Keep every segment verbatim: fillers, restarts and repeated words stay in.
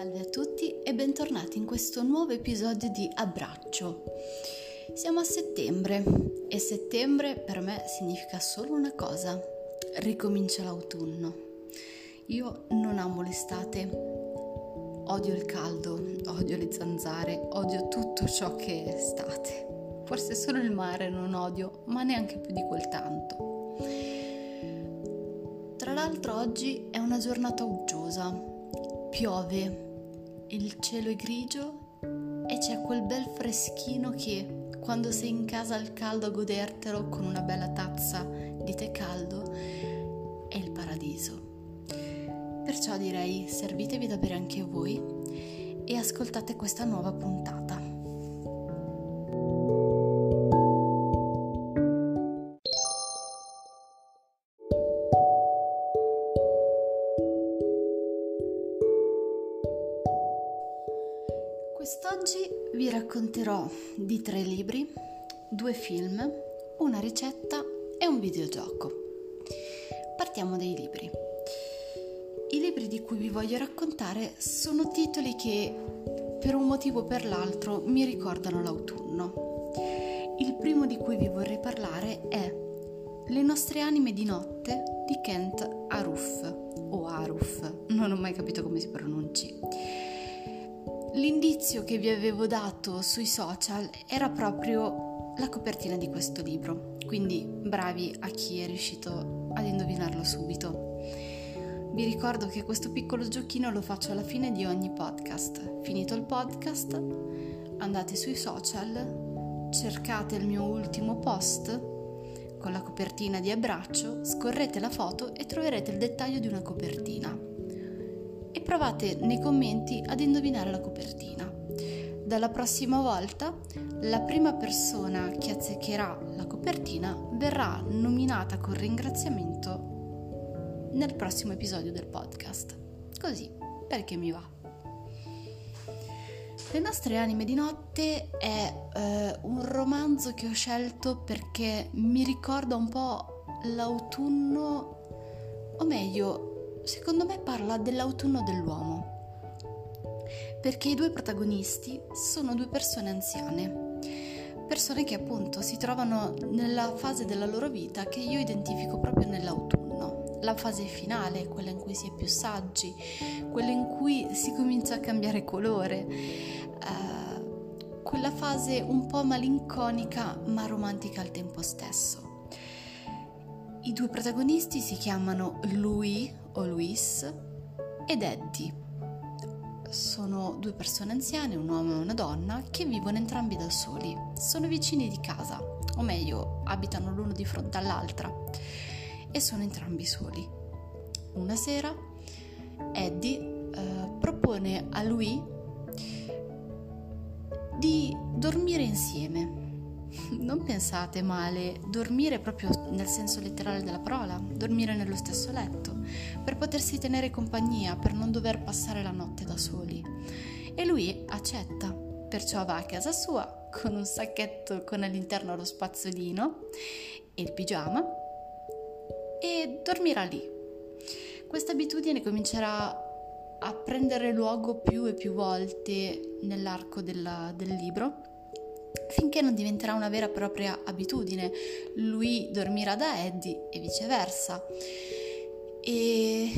Salve a tutti e bentornati in questo nuovo episodio di Abbraccio. Siamo a settembre e settembre per me significa solo una cosa: ricomincia l'autunno. Io non amo l'estate, odio il caldo, odio le zanzare, odio tutto ciò che è estate. Forse solo il mare non odio, ma neanche più di quel tanto. Tra l'altro oggi è una giornata uggiosa, piove, il cielo è grigio e c'è quel bel freschino che quando sei in casa al caldo a godertelo con una bella tazza di tè caldo è il paradiso. Perciò direi servitevi da bere anche voi e ascoltate questa nuova puntata. Quest'oggi vi racconterò di tre libri, due film, una ricetta e un videogioco. Partiamo dai libri. I libri di cui vi voglio raccontare sono titoli che per un motivo o per l'altro mi ricordano l'autunno. Il primo di cui vi vorrei parlare è Le nostre anime di notte di Kent Aruf o Aruf, non ho mai capito come si pronunci. L'indizio che vi avevo dato sui social era proprio la copertina di questo libro, quindi bravi a chi è riuscito ad indovinarlo subito. Vi ricordo che questo piccolo giochino lo faccio alla fine di ogni podcast. Finito il podcast, andate sui social, cercate il mio ultimo post con la copertina di Abbraccio, scorrete la foto e troverete il dettaglio di una copertina. E provate nei commenti ad indovinare la copertina. Dalla prossima volta, la prima persona che azzeccherà la copertina verrà nominata con ringraziamento nel prossimo episodio del podcast. Così, perché mi va. Le nostre anime di notte è eh, un romanzo che ho scelto perché mi ricorda un po' l'autunno, o meglio, secondo me parla dell'autunno dell'uomo, perché i due protagonisti sono due persone anziane, persone che appunto si trovano nella fase della loro vita che io identifico proprio nell'autunno, la fase finale, quella in cui si è più saggi, quella in cui si comincia a cambiare colore, eh, quella fase un po' malinconica ma romantica al tempo stesso. I due protagonisti si chiamano Louis o Luis ed Eddie. Sono due persone anziane, un uomo e una donna, che vivono entrambi da soli. Sono vicini di casa, o meglio, abitano l'uno di fronte all'altra e sono entrambi soli. Una sera Eddie eh, propone a Louis di dormire insieme. Non pensate male, dormire proprio nel senso letterale della parola, dormire nello stesso letto, per potersi tenere compagnia, per non dover passare la notte da soli. E lui accetta, perciò va a casa sua con un sacchetto con all'interno lo spazzolino e il pigiama e dormirà lì. Questa abitudine comincerà a prendere luogo più e più volte nell'arco della, del libro, finché non diventerà una vera e propria abitudine. Lui dormirà da Eddie e viceversa, e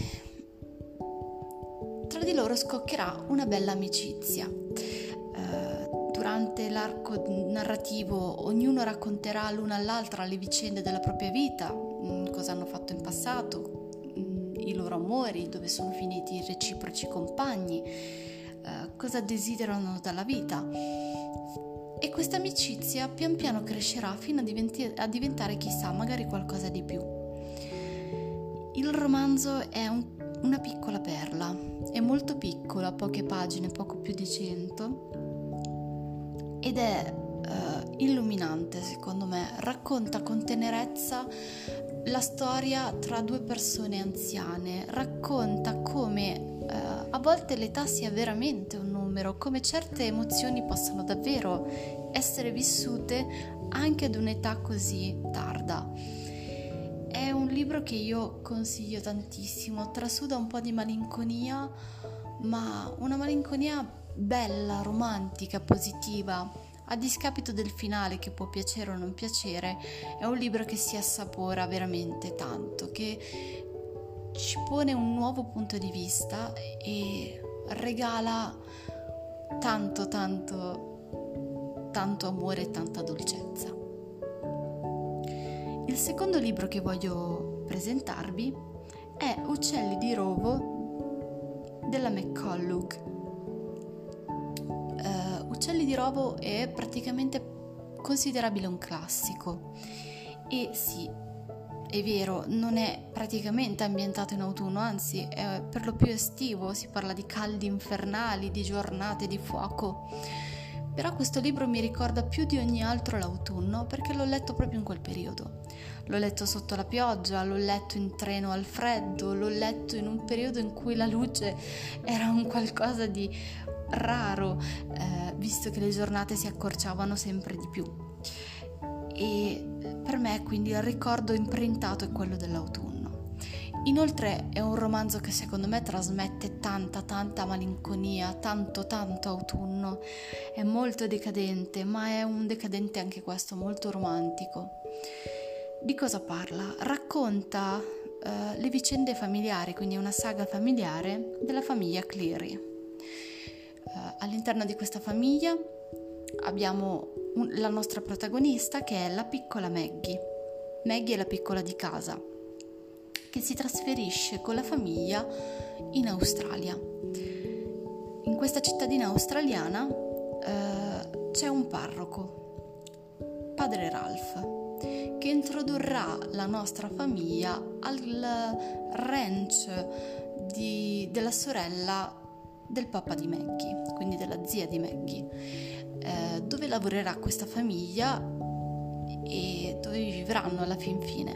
tra di loro scoccherà una bella amicizia. Eh, durante l'arco narrativo ognuno racconterà l'una all'altra le vicende della propria vita, mh, cosa hanno fatto in passato, mh, i loro amori, dove sono finiti i reciproci compagni, eh, cosa desiderano dalla vita. E questa amicizia pian piano crescerà fino a, diventi- a diventare, chissà, magari qualcosa di più. Il romanzo è un, una piccola perla, è molto piccola, poche pagine, poco più di cento, ed è uh, illuminante secondo me. Racconta con tenerezza la storia tra due persone anziane, racconta come Uh, a volte l'età sia veramente un numero, come certe emozioni possano davvero essere vissute anche ad un'età così tarda. È un libro che io consiglio tantissimo, trasuda un po' di malinconia, ma una malinconia bella, romantica, positiva, a discapito del finale che può piacere o non piacere. È un libro che si assapora veramente tanto, che ci pone un nuovo punto di vista e regala tanto, tanto, tanto amore e tanta dolcezza. Il secondo libro che voglio presentarvi è Uccelli di rovo della McCullough. Uh, Uccelli di rovo è praticamente considerabile un classico, e sì, è vero, non è praticamente ambientato in autunno, anzi è per lo più estivo, si parla di caldi infernali, di giornate di fuoco. Però questo libro mi ricorda più di ogni altro l'autunno, perché l'ho letto proprio in quel periodo. L'ho letto sotto la pioggia, l'ho letto in treno al freddo, l'ho letto in un periodo in cui la luce era un qualcosa di raro, eh, visto che le giornate si accorciavano sempre di più. E per me quindi il ricordo imprintato è quello dell'autunno. Inoltre è un romanzo che secondo me trasmette tanta tanta malinconia, tanto tanto autunno. È molto decadente, ma è un decadente anche questo molto romantico. Di cosa parla? Racconta uh, le vicende familiari, quindi è una saga familiare della famiglia Cleary. Uh, all'interno di questa famiglia abbiamo un, la nostra protagonista, che è la piccola Maggie. Maggie è la piccola di casa, che si trasferisce con la famiglia in Australia. In questa cittadina australiana uh, c'è un parroco, padre Ralph, che introdurrà la nostra famiglia al ranch di, della sorella del papà di Maggie, quindi della zia di Maggie, eh, dove lavorerà questa famiglia e dove vivranno alla fin fine.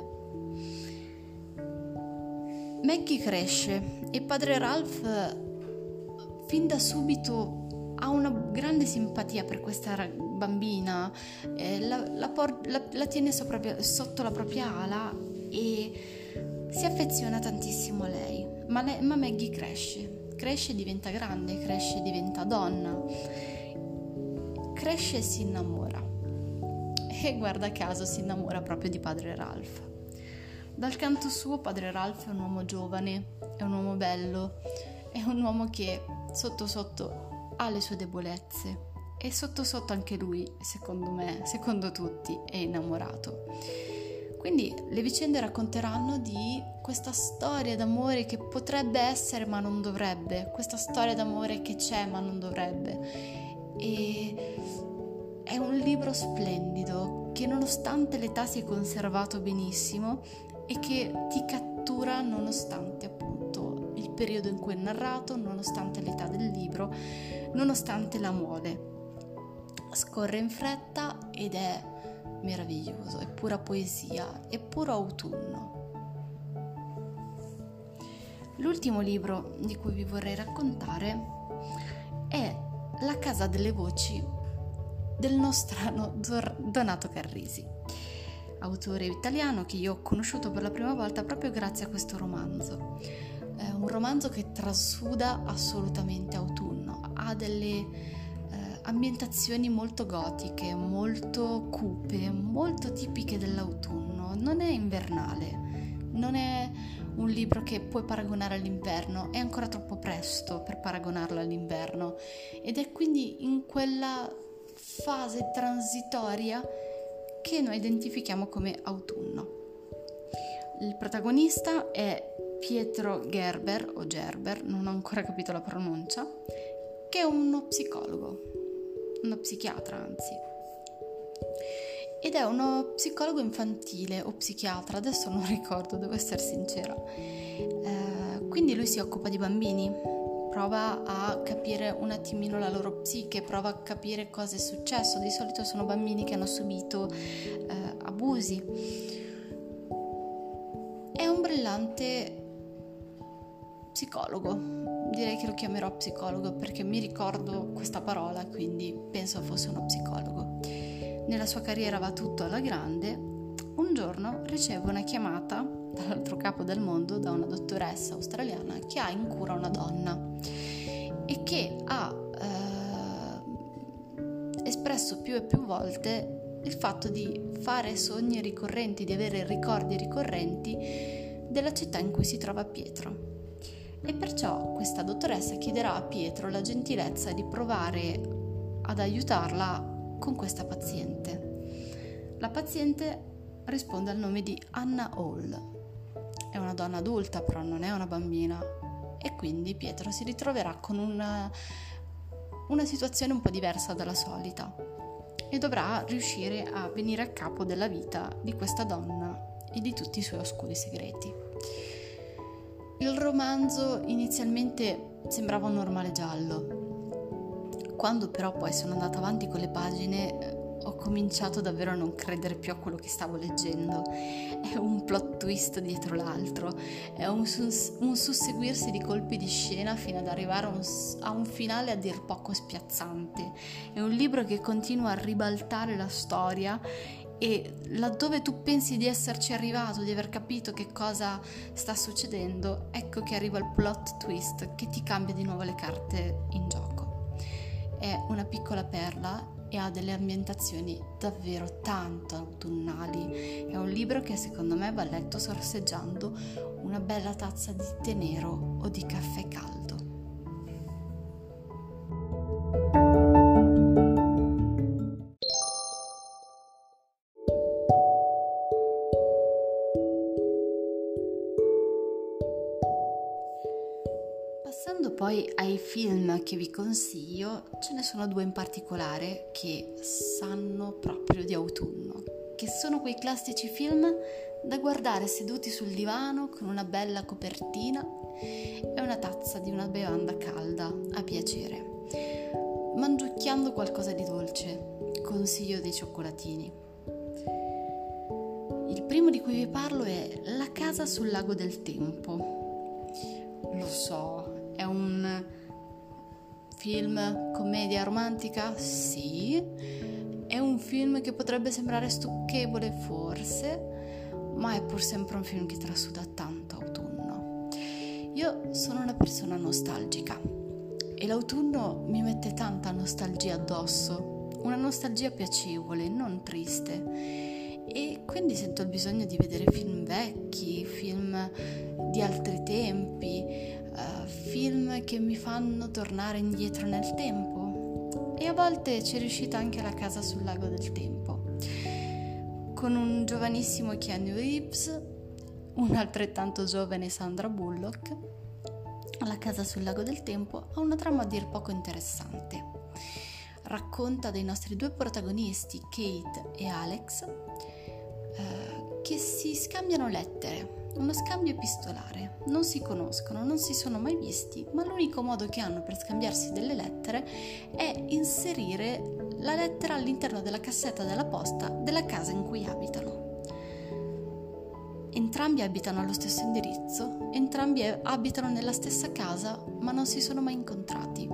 Maggie cresce e padre Ralph fin da subito ha una grande simpatia per questa bambina, eh, la, la, por- la, la tiene sopra, sotto la propria ala e si affeziona tantissimo a lei. Ma, lei, ma Maggie cresce, cresce e diventa grande, cresce e diventa donna, cresce e si innamora. E guarda caso si innamora proprio di padre Ralph. Dal canto suo padre Ralph è un uomo giovane, è un uomo bello, è un uomo che sotto sotto ha le sue debolezze e sotto sotto anche lui, secondo me, secondo tutti, è innamorato. Quindi le vicende racconteranno di questa storia d'amore che potrebbe essere ma non dovrebbe, questa storia d'amore che c'è ma non dovrebbe. E è un libro splendido che nonostante l'età si è conservato benissimo e che ti cattura nonostante appunto il periodo in cui è narrato, nonostante l'età del libro, nonostante la mole. Scorre in fretta ed è meraviglioso, è pura poesia, è puro autunno. L'ultimo libro di cui vi vorrei raccontare è La casa delle voci del nostrano Donato Carrisi, autore italiano che io ho conosciuto per la prima volta proprio grazie a questo romanzo. È un romanzo che trasuda assolutamente autunno, ha delle eh, ambientazioni molto gotiche, molto cupe, molto tipiche dell'autunno. Non è invernale, non è un libro che puoi paragonare all'inverno, è ancora troppo presto per paragonarlo all'inverno, ed è quindi in quella fase transitoria che noi identifichiamo come autunno. Il protagonista è Pietro Gerber o Gerber, non ho ancora capito la pronuncia, che è uno psicologo, uno psichiatra anzi, ed è uno psicologo infantile o psichiatra, adesso non ricordo, devo essere sincera. Eh, quindi lui si occupa di bambini, prova a capire un attimino la loro psiche, prova a capire cosa è successo. Di solito sono bambini che hanno subito eh, abusi. È un brillante psicologo, direi che lo chiamerò psicologo perché mi ricordo questa parola, quindi penso fosse uno psicologo. Nella sua carriera va tutto alla grande. Un giorno riceve una chiamata dall'altro capo del mondo, da una dottoressa australiana che ha in cura una donna e che ha eh, espresso più e più volte il fatto di fare sogni ricorrenti, di avere ricordi ricorrenti della città in cui si trova Pietro. E perciò questa dottoressa chiederà a Pietro la gentilezza di provare ad aiutarla con questa paziente. La paziente risponde al nome di Anna Hall. È una donna adulta, però non è una bambina, e quindi Pietro si ritroverà con una, una situazione un po' diversa dalla solita e dovrà riuscire a venire a capo della vita di questa donna e di tutti i suoi oscuri segreti. Il romanzo inizialmente sembrava un normale giallo. Quando però poi sono andata avanti con le pagine ho cominciato davvero a non credere più a quello che stavo leggendo. È un plot twist dietro l'altro, è un, sus- un susseguirsi di colpi di scena fino ad arrivare a un, a un finale a dir poco spiazzante. È un libro che continua a ribaltare la storia e laddove tu pensi di esserci arrivato, di aver capito che cosa sta succedendo, ecco che arriva il plot twist che ti cambia di nuovo le carte in gioco. È una piccola perla e ha delle ambientazioni davvero tanto autunnali. È un libro che secondo me va letto sorseggiando una bella tazza di tè nero o di caffè caldo. Passando poi ai film che vi consiglio, ce ne sono due in particolare che sanno proprio di autunno, che sono quei classici film da guardare seduti sul divano con una bella copertina e una tazza di una bevanda calda a piacere, mangiucchiando qualcosa di dolce. Consiglio dei cioccolatini. Il primo di cui vi parlo è La casa sul lago del tempo. Lo so, è un film commedia romantica? Sì. È un film che potrebbe sembrare stucchevole forse, ma è pur sempre un film che trasuda tanto autunno. Io sono una persona nostalgica e l'autunno mi mette tanta nostalgia addosso, una nostalgia piacevole, non triste, e quindi sento il bisogno di vedere film vecchi, film di altri tempi, Uh, film che mi fanno tornare indietro nel tempo, e a volte ci è riuscita anche La casa sul lago del tempo, con un giovanissimo Keanu Reeves, un altrettanto giovane Sandra Bullock. La casa sul lago del tempo ha una trama a dir poco interessante. Racconta dei nostri due protagonisti, Kate e Alex, uh, che si scambiano lettere. Uno scambio epistolare. Non si conoscono, non si sono mai visti, ma l'unico modo che hanno per scambiarsi delle lettere è inserire la lettera all'interno della cassetta della posta della casa in cui abitano. Entrambi abitano allo stesso indirizzo, entrambi abitano nella stessa casa, ma non si sono mai incontrati.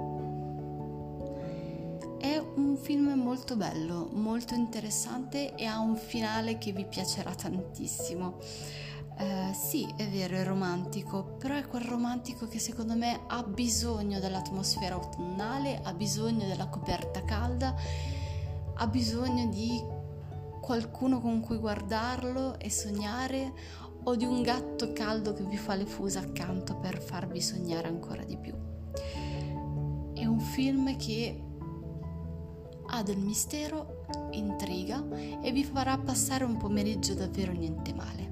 È un film molto bello, molto interessante e ha un finale che vi piacerà tantissimo. Uh, sì, è vero, è romantico, però è quel romantico che secondo me ha bisogno dell'atmosfera autunnale, ha bisogno della coperta calda, ha bisogno di qualcuno con cui guardarlo e sognare, o di un gatto caldo che vi fa le fusa accanto per farvi sognare ancora di più. È un film che ha del mistero, intriga e vi farà passare un pomeriggio davvero niente male.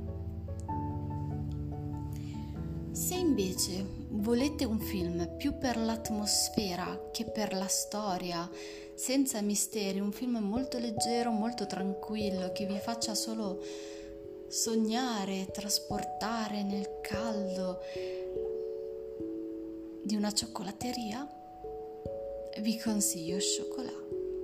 Se invece volete un film più per l'atmosfera che per la storia, senza misteri, un film molto leggero, molto tranquillo, che vi faccia solo sognare, trasportare nel caldo di una cioccolateria, vi consiglio Chocolat.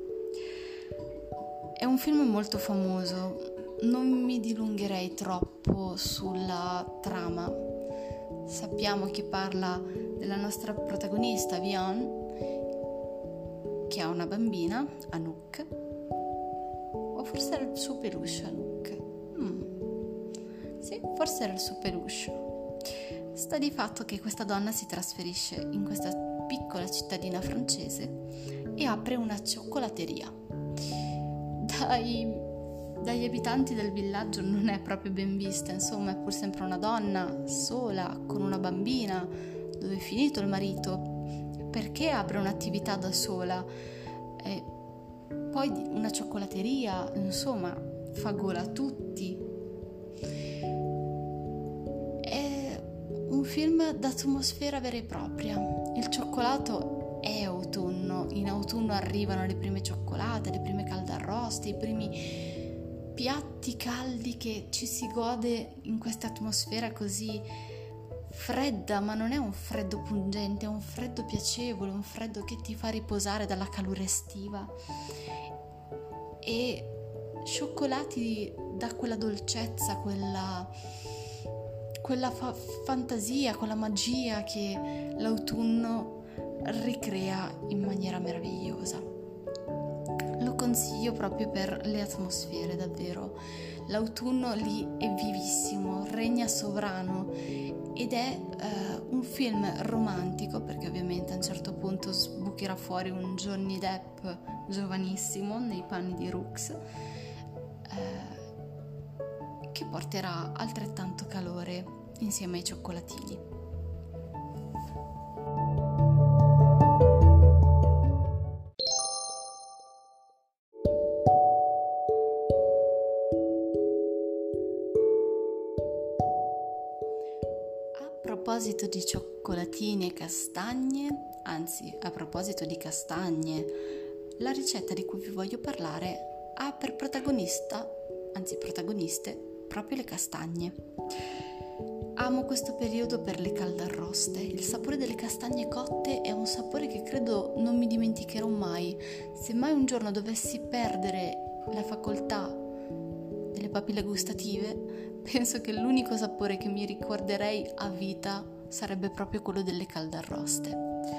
È un film molto famoso, non mi dilungherei troppo sulla trama. Sappiamo che parla della nostra protagonista Vion, che ha una bambina, Anouk, o forse era il suo peluche Anouk. Mm. Sì, forse era il suo peluche. Sta di fatto che questa donna si trasferisce in questa piccola cittadina francese e apre una cioccolateria. Dai, dagli abitanti del villaggio non è proprio ben vista, insomma, è pur sempre una donna sola, con una bambina. Dove è finito il marito? Perché apre un'attività da sola? E poi una cioccolateria, insomma, fa gola a tutti. È un film d'atmosfera vera e propria. Il cioccolato è autunno, in autunno arrivano le prime cioccolate, le prime caldarroste, i primi piatti caldi che ci si gode in questa atmosfera così fredda, ma non è un freddo pungente, è un freddo piacevole, un freddo che ti fa riposare dalla calura estiva. E cioccolati dà quella dolcezza, quella, quella fa- fantasia, quella magia che l'autunno ricrea in maniera meravigliosa. Lo consiglio proprio per le atmosfere, davvero. L'autunno lì è vivissimo, regna sovrano ed è eh, un film romantico, perché ovviamente a un certo punto sbucherà fuori un Johnny Depp giovanissimo nei panni di Rooks, eh, che porterà altrettanto calore insieme ai cioccolatini. A proposito di cioccolatini e castagne, anzi a proposito di castagne, la ricetta di cui vi voglio parlare ha per protagonista, anzi protagoniste, proprio le castagne. Amo questo periodo per le caldarroste. Il sapore delle castagne cotte è un sapore che credo non mi dimenticherò mai. Se mai un giorno dovessi perdere la facoltà delle papille gustative, penso che l'unico sapore che mi ricorderei a vita sarebbe proprio quello delle caldarroste.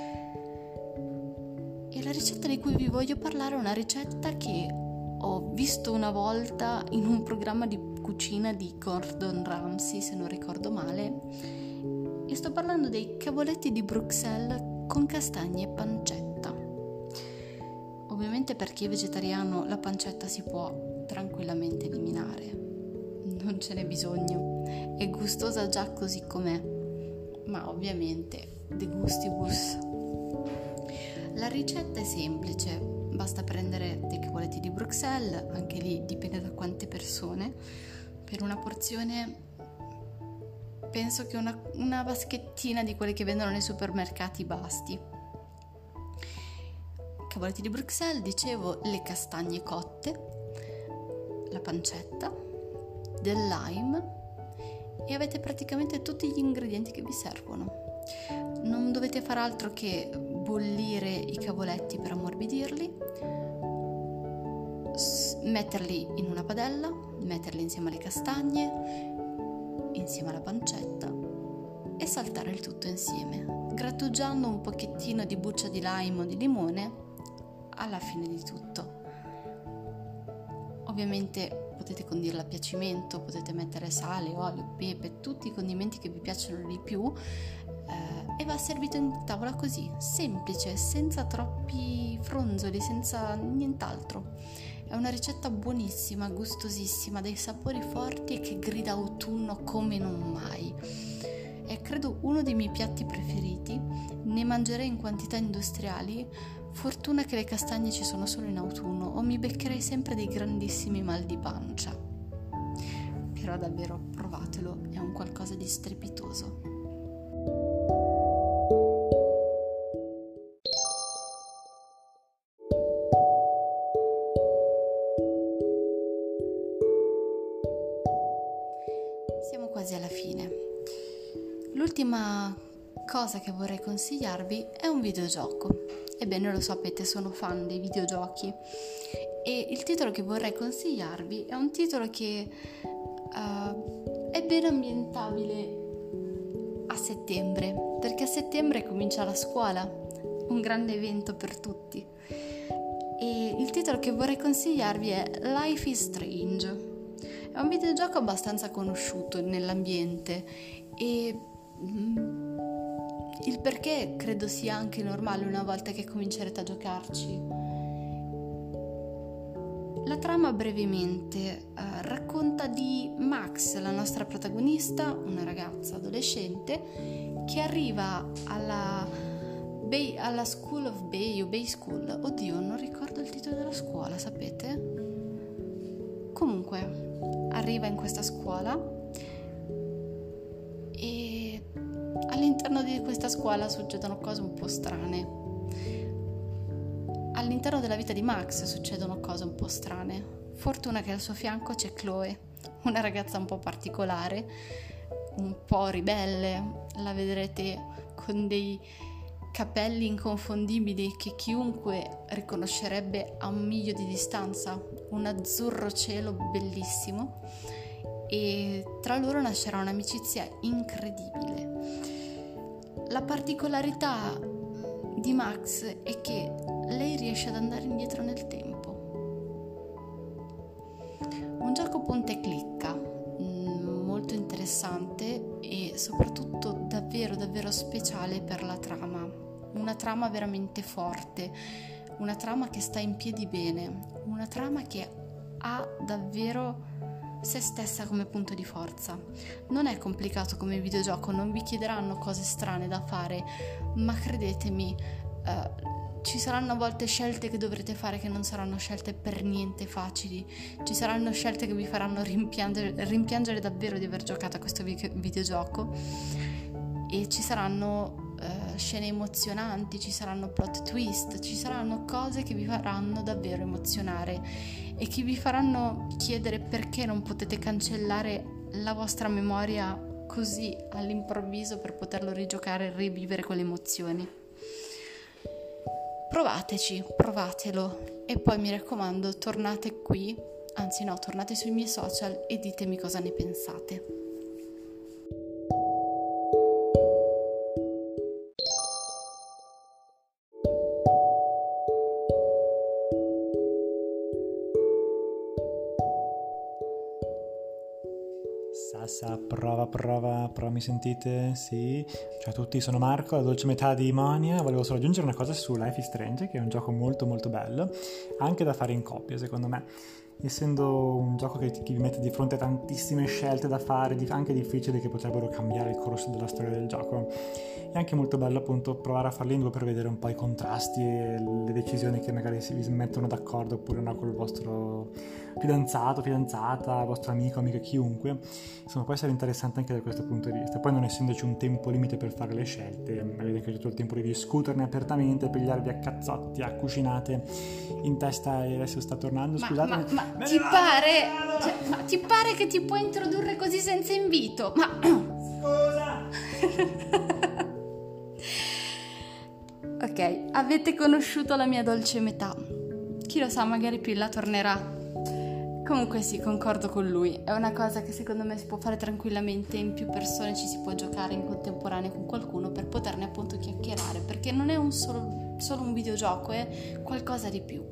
E la ricetta di cui vi voglio parlare è una ricetta che ho visto una volta in un programma di cucina di Gordon Ramsay, se non ricordo male, e sto parlando dei cavoletti di Bruxelles con castagne e pancetta. Ovviamente per chi è vegetariano la pancetta si può tranquillamente eliminare, non ce n'è bisogno, è gustosa già così com'è, ma ovviamente de gustibus. La ricetta è semplice, basta prendere dei cavoletti di Bruxelles, anche lì dipende da quante persone. Per una porzione penso che una, una vaschettina di quelle che vendono nei supermercati basti. Cavoletti di Bruxelles, dicevo, le castagne cotte, la pancetta, del lime e avete praticamente tutti gli ingredienti che vi servono. Non dovete fare altro che bollire i cavoletti per ammorbidirli, metterli in una padella, metterli insieme alle castagne, insieme alla pancetta e saltare il tutto insieme, grattugiando un pochettino di buccia di lime o di limone alla fine di tutto. Ovviamente potete condirla a piacimento, potete mettere sale, olio, pepe, tutti i condimenti che vi piacciono di più, eh, e va servito in tavola così, semplice, senza troppi fronzoli, senza nient'altro. È una ricetta buonissima, gustosissima, dei sapori forti e che grida autunno come non mai. È credo uno dei miei piatti preferiti, ne mangerei in quantità industriali. Fortuna che le castagne ci sono solo in autunno o mi beccherei sempre dei grandissimi mal di pancia. Però davvero provatelo, è un qualcosa di strepitoso. Siamo quasi alla fine. L'ultima cosa che vorrei consigliarvi è un videogioco. Ebbene, lo sapete, sono fan dei videogiochi e il titolo che vorrei consigliarvi è un titolo che uh, è ben ambientabile a settembre, perché a settembre comincia la scuola, un grande evento per tutti. E il titolo che vorrei consigliarvi è Life is Strange. È un videogioco abbastanza conosciuto nell'ambiente e il perché credo sia anche normale una volta che comincerete a giocarci. La trama brevemente eh, racconta di Max, la nostra protagonista, una ragazza adolescente che arriva alla, Bay, alla School of Bay o Bay School. Oddio, non ricordo il titolo della scuola, sapete? Comunque, arriva in questa scuola e all'interno di questa scuola succedono cose un po' strane. All'interno della vita di Max succedono cose un po' strane. Fortuna che al suo fianco c'è Chloe, una ragazza un po' particolare, un po' ribelle. La vedrete con dei capelli inconfondibili che chiunque riconoscerebbe a un miglio di distanza, un azzurro cielo bellissimo, e tra loro nascerà un'amicizia incredibile. La particolarità di Max è che lei riesce ad andare indietro nel tempo. Un gioco punta e clicca, molto interessante e soprattutto davvero davvero speciale per la trama. Una trama veramente forte, una trama che sta in piedi bene, una trama che ha davvero se stessa come punto di forza. Non è complicato come videogioco, non vi chiederanno cose strane da fare, ma credetemi, eh, ci saranno a volte scelte che dovrete fare che non saranno scelte per niente facili, ci saranno scelte che vi faranno rimpiangere, rimpiangere davvero di aver giocato a questo vi- videogioco e ci saranno uh, scene emozionanti, ci saranno plot twist, ci saranno cose che vi faranno davvero emozionare e che vi faranno chiedere perché non potete cancellare la vostra memoria così all'improvviso per poterlo rigiocare e rivivere quelle emozioni. Provateci, provatelo e poi mi raccomando tornate qui, anzi no, tornate sui miei social e ditemi cosa ne pensate. Sassa, prova, prova, prova, mi sentite? Sì. Ciao a tutti, sono Marco, la dolce metà di Imonia. Volevo solo aggiungere una cosa su Life is Strange, che è un gioco molto molto bello, anche da fare in coppia secondo me. Essendo un gioco che, che vi mette di fronte a tantissime scelte da fare, anche difficili, che potrebbero cambiare il corso della storia del gioco. È anche molto bello appunto provare a farlo in due per vedere un po' i contrasti e le decisioni che magari si vi mettono d'accordo oppure no con il vostro fidanzato, fidanzata, vostro amico, amica, chiunque. Insomma, può essere interessante anche da questo punto di vista. Poi non essendoci un tempo limite per fare le scelte, avete anche tutto il tempo di discuterne apertamente, pigliarvi a cazzotti, a cucinate in testa. E adesso sta tornando, ma, scusate. Ma, ma ti pare, cioè, ma ti pare che ti puoi introdurre così senza invito? Ma scusa! Ok, avete conosciuto la mia dolce metà. Chi lo sa, magari più in là tornerà. Comunque sì, concordo con lui. È una cosa che secondo me si può fare tranquillamente, in più persone ci si può giocare in contemporanea con qualcuno per poterne appunto chiacchierare, perché non è un solo, solo un videogioco, è qualcosa di più.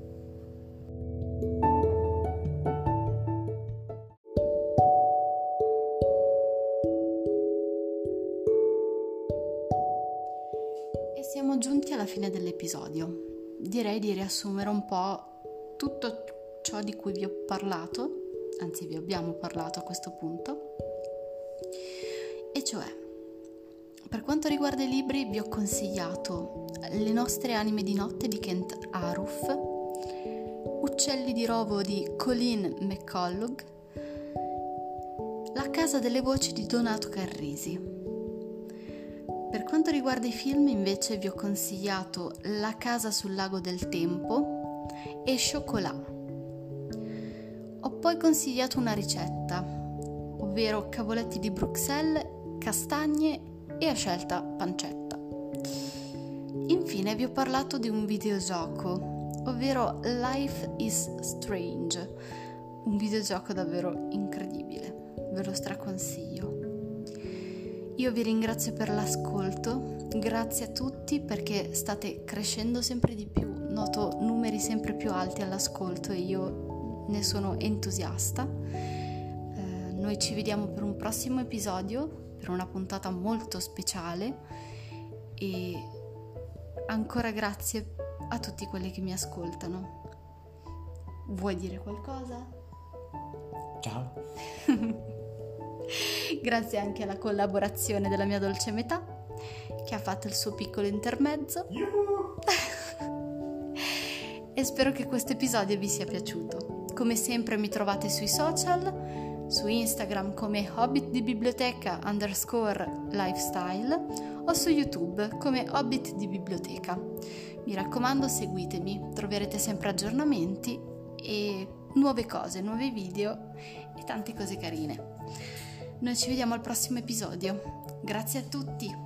E siamo giunti alla fine dell'episodio. Direi di riassumere un po' tutto ciò di cui vi ho parlato, anzi vi abbiamo parlato a questo punto, e cioè, per quanto riguarda i libri vi ho consigliato Le nostre anime di notte di Kent Aruf, Uccelli di rovo di Colleen McCullough, La casa delle voci di Donato Carrisi. Per quanto riguarda i film invece vi ho consigliato La casa sul lago del tempo e Chocolat. Ho poi consigliato una ricetta, ovvero cavoletti di Bruxelles, castagne e a scelta pancetta. Infine vi ho parlato di un videogioco, ovvero Life is Strange, un videogioco davvero incredibile, ve lo straconsiglio. Io vi ringrazio per l'ascolto, grazie a tutti perché state crescendo sempre di più, noto numeri sempre più alti all'ascolto e io ne sono entusiasta. Eh, noi ci vediamo per un prossimo episodio, per per una puntata molto speciale e ancora grazie a tutti quelli che mi ascoltano. Vuoi dire qualcosa? Ciao. Grazie anche alla collaborazione della mia dolce metà, che ha fatto il suo piccolo intermezzo. E spero che questo episodio vi sia piaciuto. Come sempre mi trovate sui social, su Instagram come Hobbit di Biblioteca underscore lifestyle o su YouTube come Hobbit di Biblioteca. Mi raccomando, seguitemi, troverete sempre aggiornamenti e nuove cose, nuovi video e tante cose carine. Noi ci vediamo al prossimo episodio. Grazie a tutti!